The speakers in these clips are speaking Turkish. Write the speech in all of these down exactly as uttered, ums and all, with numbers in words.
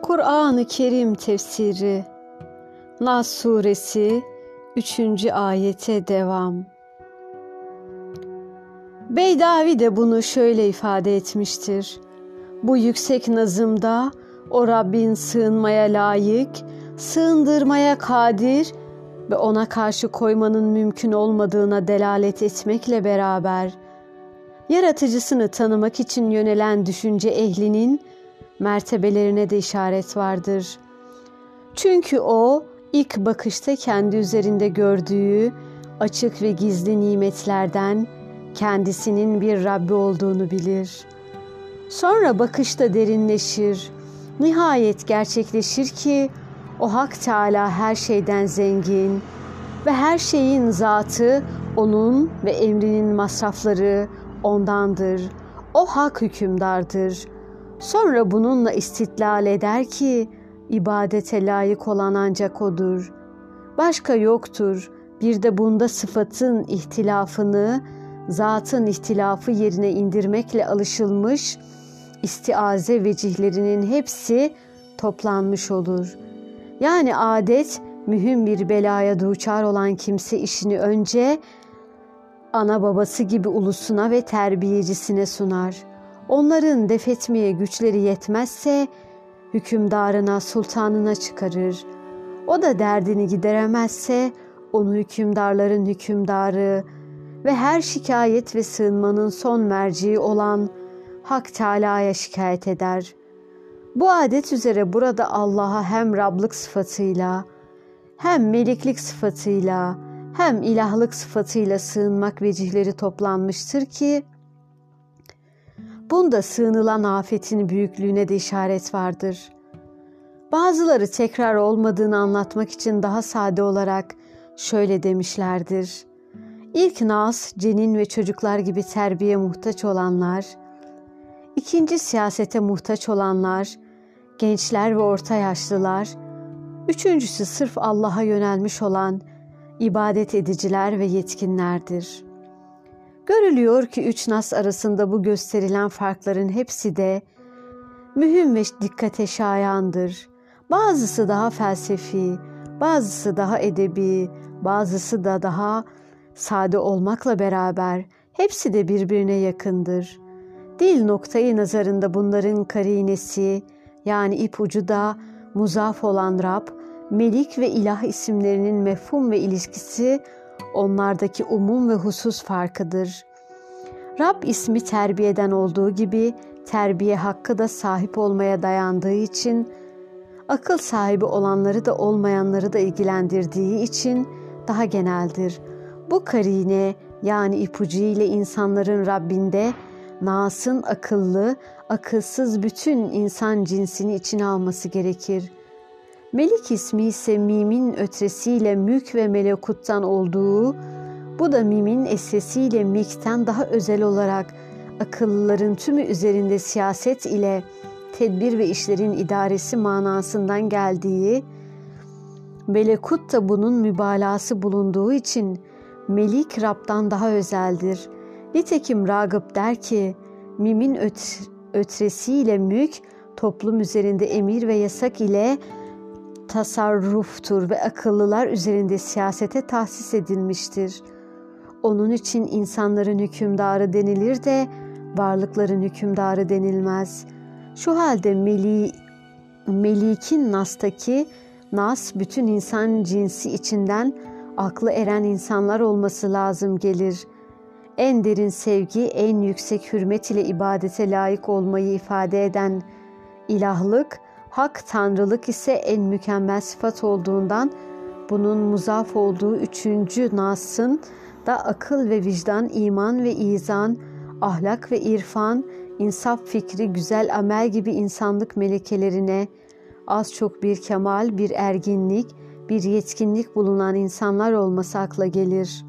Kur'an-ı Kerim tefsiri Nas suresi üçüncü ayete devam. Beydavi de bunu şöyle ifade etmiştir. Bu yüksek nazımda o Rabbin sığınmaya layık, sığındırmaya kadir ve ona karşı koymanın mümkün olmadığına delalet etmekle beraber, yaratıcısını tanımak için yönelen düşünce ehlinin mertebelerine de işaret vardır. Çünkü o ilk bakışta kendi üzerinde gördüğü açık ve gizli nimetlerden kendisinin bir Rabbi olduğunu bilir. Sonra bakışta derinleşir, nihayet gerçekleşir ki o Hak Teâlâ her şeyden zengin ve her şeyin zatı onun ve emrinin masrafları ondandır. O hak hükümdardır. Sonra bununla istitlal eder ki ibadete layık olan ancak odur. Başka yoktur. Bir de bunda sıfatın ihtilafını zatın ihtilafı yerine indirmekle alışılmış istiaze vecihlerinin hepsi toplanmış olur. Yani adet mühim bir belaya duçar olan kimse işini önce ana babası gibi ulusuna ve terbiyecisine sunar. Onların def etmeye güçleri yetmezse hükümdarına, sultanına çıkarır. O da derdini gideremezse onu hükümdarların hükümdarı ve her şikayet ve sığınmanın son merciği olan Hak Teâlâ'ya şikayet eder. Bu adet üzere burada Allah'a hem Rablık sıfatıyla, hem meliklik sıfatıyla, hem ilahlık sıfatıyla sığınmak vecihleri toplanmıştır ki, bunda sığınılan afetin büyüklüğüne de işaret vardır. Bazıları tekrar olmadığını anlatmak için daha sade olarak şöyle demişlerdir. İlk nas, cenin ve çocuklar gibi terbiye muhtaç olanlar, ikinci siyasete muhtaç olanlar, gençler ve orta yaşlılar, üçüncüsü sırf Allah'a yönelmiş olan ibadet ediciler ve yetkinlerdir. Görülüyor ki üç nas arasında bu gösterilen farkların hepsi de mühim ve dikkate şayandır. Bazısı daha felsefi, bazısı daha edebi, bazısı da daha sade olmakla beraber hepsi de birbirine yakındır. Dil noktayı nazarında bunların karinesi yani ipucu da muzaf olan Rab, Melik ve İlah isimlerinin mefhum ve ilişkisi onlardaki umum ve husus farkıdır. Rab ismi terbiyeden olduğu gibi terbiye hakkı da sahip olmaya dayandığı için, akıl sahibi olanları da olmayanları da ilgilendirdiği için daha geneldir. Bu karine yani ipucu ile insanların Rabbinde Nas'ın akıllı, akılsız bütün insan cinsini içine alması gerekir. Melik ismi ise mimin ötresiyle mülk ve melekuttan olduğu, bu da mimin esesiyle mikten daha özel olarak akıllıların tümü üzerinde siyaset ile tedbir ve işlerin idaresi manasından geldiği, melekut da bunun mübalağası bulunduğu için Melik Rab'dan daha özeldir. Nitekim Ragıp der ki, mimin öt ötresiyle mülk, toplum üzerinde emir ve yasak ile tasarruftur ve akıllılar üzerinde siyasete tahsis edilmiştir. Onun için insanların hükümdarı denilir de varlıkların hükümdarı denilmez. Şu halde meli, Melik'in Nas'taki Nas bütün insan cinsi içinden aklı eren insanlar olması lazım gelir. En derin sevgi, en yüksek hürmet ile ibadete layık olmayı ifade eden ilahlık, hak tanrılık ise en mükemmel sıfat olduğundan bunun muzaf olduğu üçüncü Nas'ın da akıl ve vicdan, iman ve izan, ahlak ve irfan, insaf fikri, güzel amel gibi insanlık melekelerine az çok bir kemal, bir erginlik, bir yetkinlik bulunan insanlar olması akla gelir.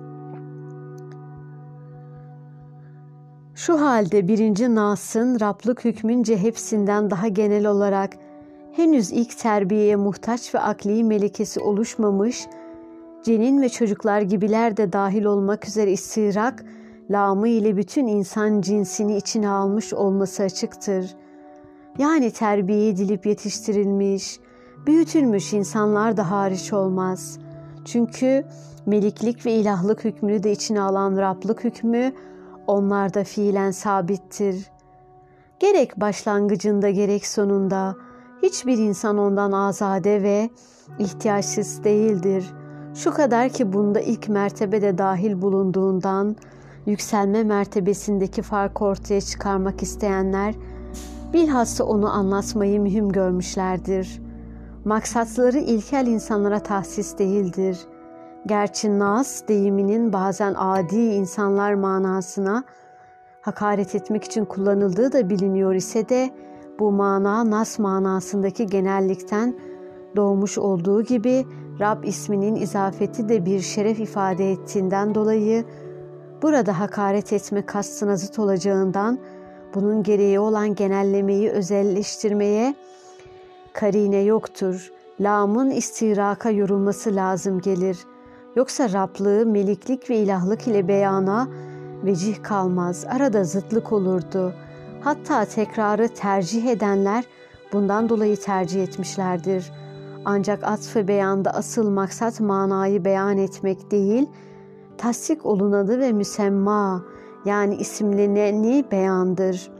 Şu halde birinci Nas'ın Rablık hükmünce hepsinden daha genel olarak henüz ilk terbiyeye muhtaç ve akli melekesi oluşmamış, cenin ve çocuklar gibiler de dahil olmak üzere istirak, lamı ile bütün insan cinsini içine almış olması açıktır. yani terbiye edilip yetiştirilmiş, büyütülmüş insanlar da hariç olmaz. Çünkü meliklik ve ilahlık hükmünü de içine alan Rablık hükmü onlarda fiilen sabittir. Gerek başlangıcında gerek sonunda hiçbir insan ondan azade ve ihtiyaçsız değildir. Şu kadar ki bunda ilk mertebede dahil bulunduğundan yükselme mertebesindeki farkı ortaya çıkarmak isteyenler bilhassa onu anlatmayı mühim görmüşlerdir. Maksatları ilkel insanlara tahsis değildir. Gerçi nas deyiminin bazen adi insanlar manasına hakaret etmek için kullanıldığı da biliniyor ise de bu mana nas manasındaki genellikten doğmuş olduğu gibi Rab isminin izafeti de bir şeref ifade ettiğinden dolayı burada hakaret etme kastına zıt olacağından bunun gereği olan genellemeyi özelleştirmeye karine yoktur. Lamın istiraka yorulması lazım gelir. Yoksa Rablığı, meliklik ve ilahlık ile beyana vecih kalmaz. Arada zıtlık olurdu. Hatta tekrarı tercih edenler bundan dolayı tercih etmişlerdir. Ancak atf-ı beyanda asıl maksat manayı beyan etmek değil, tasdik olunadı ve müsemma yani isimleneni beyandır.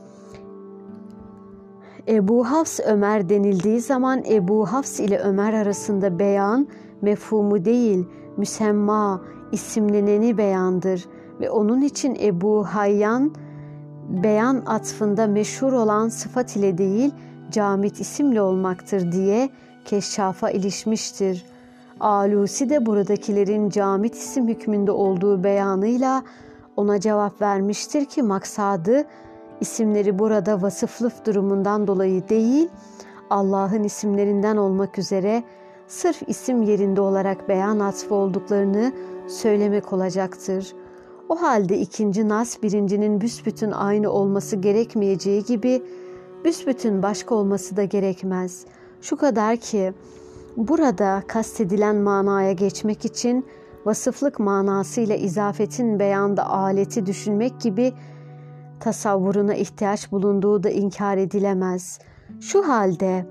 Ebu Hafs Ömer denildiği zaman Ebu Hafs ile Ömer arasında beyan, mefhumu değil, müsemma, isimleneni beyandır ve onun için Ebu Hayyan, beyan atfında meşhur olan sıfat ile değil, camit isimle olmaktır diye Keşşaf'a ilişmiştir. Alusi de buradakilerin camit isim hükmünde olduğu beyanıyla ona cevap vermiştir ki maksadı isimleri burada vasıflıf durumundan dolayı değil, Allah'ın isimlerinden olmak üzere sırf isim yerinde olarak beyan atfı olduklarını söylemek olacaktır. O halde ikinci nas birincinin büsbütün aynı olması gerekmeyeceği gibi büsbütün başka olması da gerekmez. Şu kadar ki burada kastedilen manaya geçmek için vasıflık manasıyla izafetin beyanda aleti düşünmek gibi tasavvuruna ihtiyaç bulunduğu da inkar edilemez. Şu halde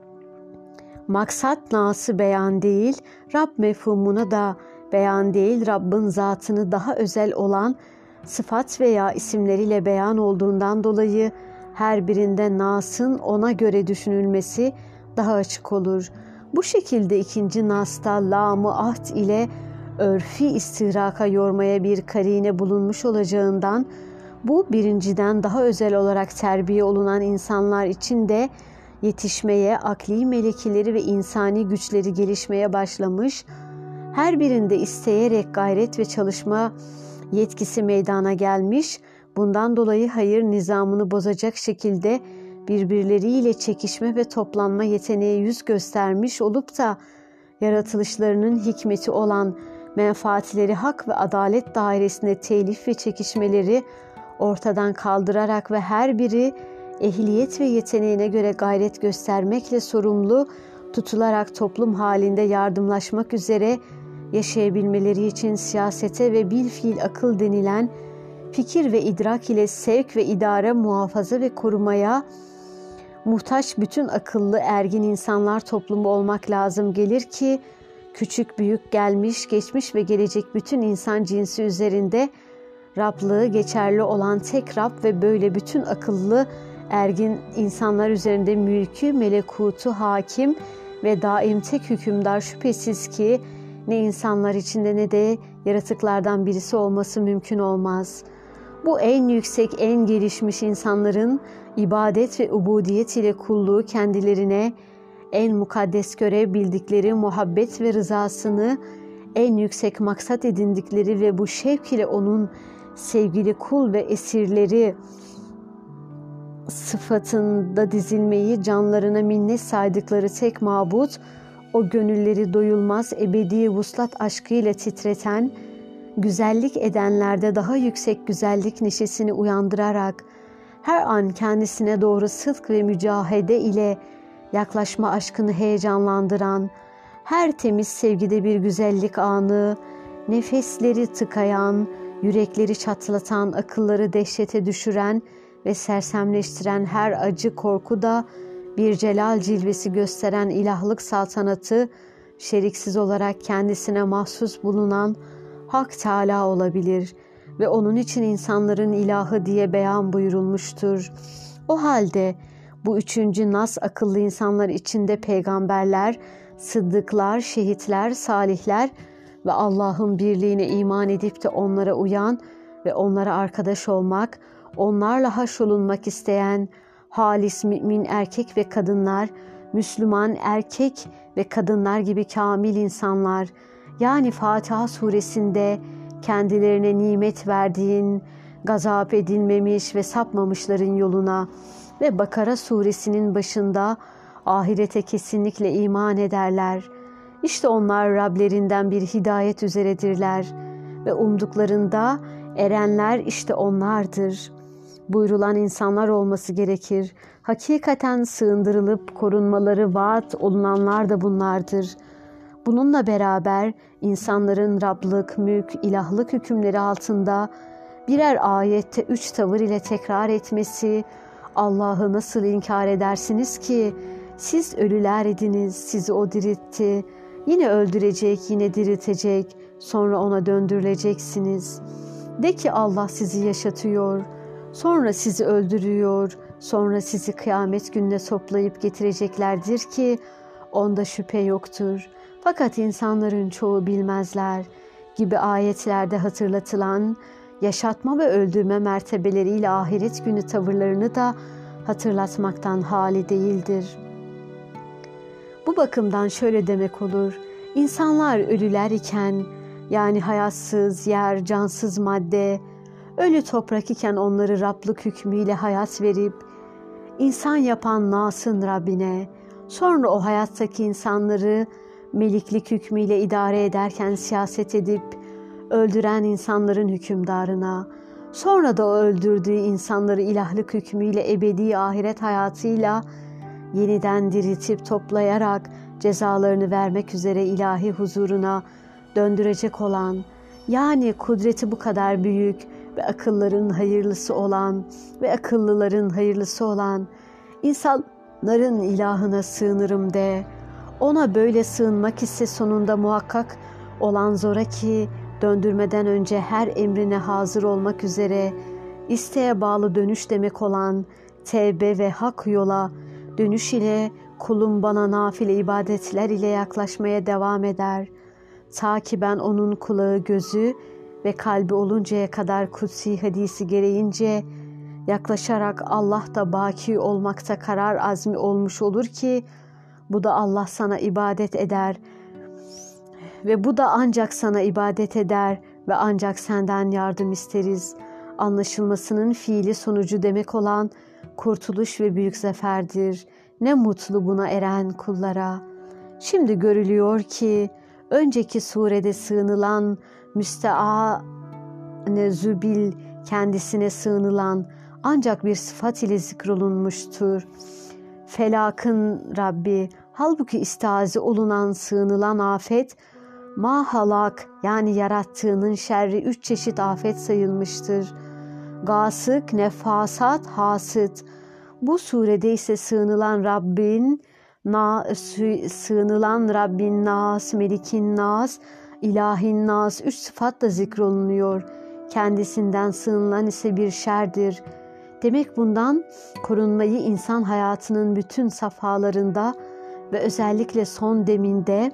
maksat nası beyan değil, Rab mefhumuna da beyan değil, Rabbin zatını daha özel olan sıfat veya isimleriyle beyan olduğundan dolayı her birinde nasın ona göre düşünülmesi daha açık olur. Bu şekilde ikinci nasta lam-ı ahd ile örfi istiraka yormaya bir karine bulunmuş olacağından bu birinciden daha özel olarak terbiye olunan insanlar için de yetişmeye, akli melekeleri ve insani güçleri gelişmeye başlamış, her birinde isteyerek gayret ve çalışma yetkisi meydana gelmiş, bundan dolayı hayır nizamını bozacak şekilde birbirleriyle çekişme ve toplanma yeteneği yüz göstermiş olup da yaratılışlarının hikmeti olan menfaatleri hak ve adalet dairesinde telif ve çekişmeleri ortadan kaldırarak ve her biri ehliyet ve yeteneğine göre gayret göstermekle sorumlu tutularak toplum halinde yardımlaşmak üzere yaşayabilmeleri için siyasete ve bilfiil akıl denilen fikir ve idrak ile sevk ve idare, muhafaza ve korumaya muhtaç bütün akıllı ergin insanlar toplumu olmak lazım gelir ki küçük büyük gelmiş geçmiş ve gelecek bütün insan cinsi üzerinde Rablığı geçerli olan tek Rab ve böyle bütün akıllı ergin insanlar üzerinde mülkü, melekutu hakim ve daim tek hükümdar şüphesiz ki ne insanlar içinde ne de yaratıklardan birisi olması mümkün olmaz. Bu en yüksek, en gelişmiş insanların ibadet ve ubudiyet ile kulluğu kendilerine en mukaddes görev bildikleri muhabbet ve rızasını en yüksek maksat edindikleri ve bu şevk ile onun sevgili kul ve esirleri sıfatında dizilmeyi canlarına minnet saydıkları tek mabut, o gönülleri doyulmaz ebedi vuslat aşkıyla titreten, güzellik edenlerde daha yüksek güzellik neşesini uyandırarak, her an kendisine doğru sıdk ve mücahede ile yaklaşma aşkını heyecanlandıran, her temiz sevgide bir güzellik anı, nefesleri tıkayan, yürekleri çatlatan, akılları dehşete düşüren ve sersemleştiren her acı korku da bir celal cilvesi gösteren ilahlık saltanatı şeriksiz olarak kendisine mahsus bulunan Hak Teâlâ olabilir ve onun için insanların ilahı diye beyan buyurulmuştur. O halde bu üçüncü nas akıllı insanlar içinde peygamberler, sıddıklar, şehitler, salihler ve Allah'ın birliğine iman edip de onlara uyan ve onlara arkadaş olmak, onlarla haşrolunmak isteyen halis mümin erkek ve kadınlar, Müslüman erkek ve kadınlar gibi kamil insanlar, yani Fatiha suresinde kendilerine nimet verdiğin, gazap edilmemiş ve sapmamışların yoluna ve Bakara suresinin başında ahirete kesinlikle iman ederler. İşte onlar Rablerinden bir hidayet üzeredirler ve umduklarında erenler işte onlardır. Buyurulan insanlar olması gerekir. Hakikaten sığındırılıp korunmaları vaat olunanlar da bunlardır. Bununla beraber insanların Rablık, mülk, ilahlık hükümleri altında birer ayette üç tavır ile tekrar etmesi, Allah'ı nasıl inkar edersiniz ki? Siz ölüler idiniz, sizi o diriltti. Yine öldürecek, yine diriltecek, sonra ona döndürüleceksiniz. De ki Allah sizi yaşatıyor, sonra sizi öldürüyor, sonra sizi kıyamet gününe toplayıp getireceklerdir ki onda şüphe yoktur. Fakat insanların çoğu bilmezler gibi ayetlerde hatırlatılan yaşatma ve öldürme mertebeleriyle ahiret günü tavırlarını da hatırlatmaktan hali değildir. Bu bakımdan şöyle demek olur: İnsanlar ölüler iken, yani hayatsız yer, cansız madde, ölü toprak iken onları Rablık hükmüyle hayat verip, insan yapan Nas'ın Rabbine, sonra o hayattaki insanları meliklik hükmüyle idare ederken siyaset edip, öldüren insanların hükümdarına, sonra da o öldürdüğü insanları ilahlık hükmüyle ebedi ahiret hayatıyla yeniden diriltip toplayarak cezalarını vermek üzere ilahi huzuruna döndürecek olan, yani kudreti bu kadar büyük ve akılların hayırlısı olan ve akıllıların hayırlısı olan insanların ilahına sığınırım de. Ona böyle sığınmak ise sonunda muhakkak olan zoraki döndürmeden önce her emrine hazır olmak üzere isteğe bağlı dönüş demek olan tevbe ve hak yola dönüş ile kulum bana nafile ibadetler ile yaklaşmaya devam eder. Ta ki ben onun kulağı, gözü ve kalbi oluncaya kadar kutsi hadisi gereğince yaklaşarak Allah da baki olmakta karar azmi olmuş olur ki bu da Allah sana ibadet eder ve bu da ancak sana ibadet eder ve ancak senden yardım isteriz. Anlaşılmasının fiili sonucu demek olan kurtuluş ve büyük zaferdir. Ne mutlu buna eren kullara. Şimdi görülüyor ki önceki surede sığınılan müsteânezu bil kendisine sığınılan ancak bir sıfat ile zikrolunmuştur. Felakın Rabbi, halbuki istiaze olunan sığınılan afet ma halak, yani yarattığının şerri üç çeşit afet sayılmıştır. Gasık, nefasat, hasıt. Bu surede ise sığınılan Rabbin, na, sığınılan Rabbin nas, Melikin nas, ilahin nas üç sıfatla zikrolunuyor. Kendisinden sığınılan ise bir şerdir. Demek bundan korunmayı insan hayatının bütün safhalarında ve özellikle son deminde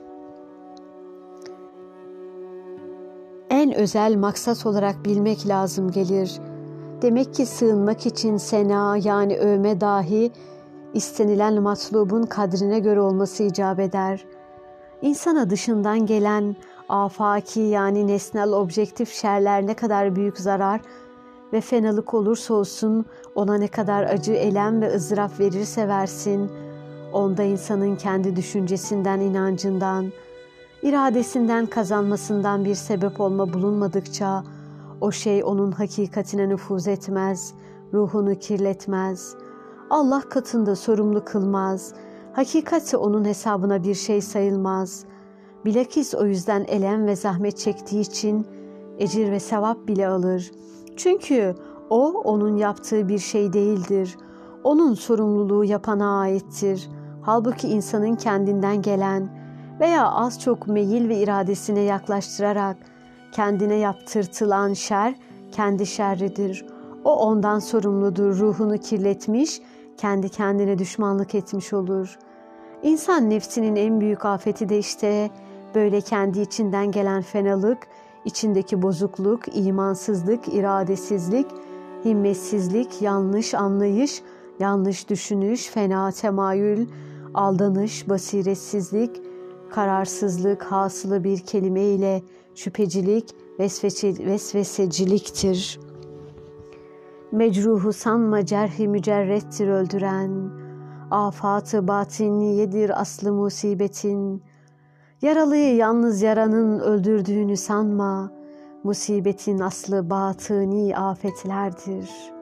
en özel maksat olarak bilmek lazım gelir. Demek ki sığınmak için sena, yani övme dahi istenilen matlubun kadrine göre olması icap eder. İnsana dışından gelen afaki, yani nesnel objektif şerler ne kadar büyük zarar ve fenalık olursa olsun, ona ne kadar acı, elem ve ızdırap verirse versin, onda insanın kendi düşüncesinden, inancından, iradesinden kazanmasından bir sebep olma bulunmadıkça o şey onun hakikatine nüfuz etmez, ruhunu kirletmez, Allah katında sorumlu kılmaz, hakikati onun hesabına bir şey sayılmaz. Bilakis o yüzden elem ve zahmet çektiği için ecir ve sevap bile alır. Çünkü O, onun yaptığı bir şey değildir. Onun sorumluluğu yapana aittir. Halbuki insanın kendinden gelen veya az çok meyil ve iradesine yaklaştırarak kendine yaptırtılan şer, kendi şerridir. O ondan sorumludur, ruhunu kirletmiş, kendi kendine düşmanlık etmiş olur. İnsan nefsinin en büyük afeti de işte böyle kendi içinden gelen fenalık, içindeki bozukluk, imansızlık, iradesizlik, himmetsizlik, yanlış anlayış, yanlış düşünüş, fena temayül, aldanış, basiretsizlik, kararsızlık, hasılı bir kelimeyle şüphecilik, vesvese, vesveseciliktir. Mecruhu sanma cerhi mücerrettir öldüren, afat-ı batiniyedir aslı musibetin. Yaralıyı yalnız yaranın öldürdüğünü sanma, musibetin aslı batıni afetlerdir.''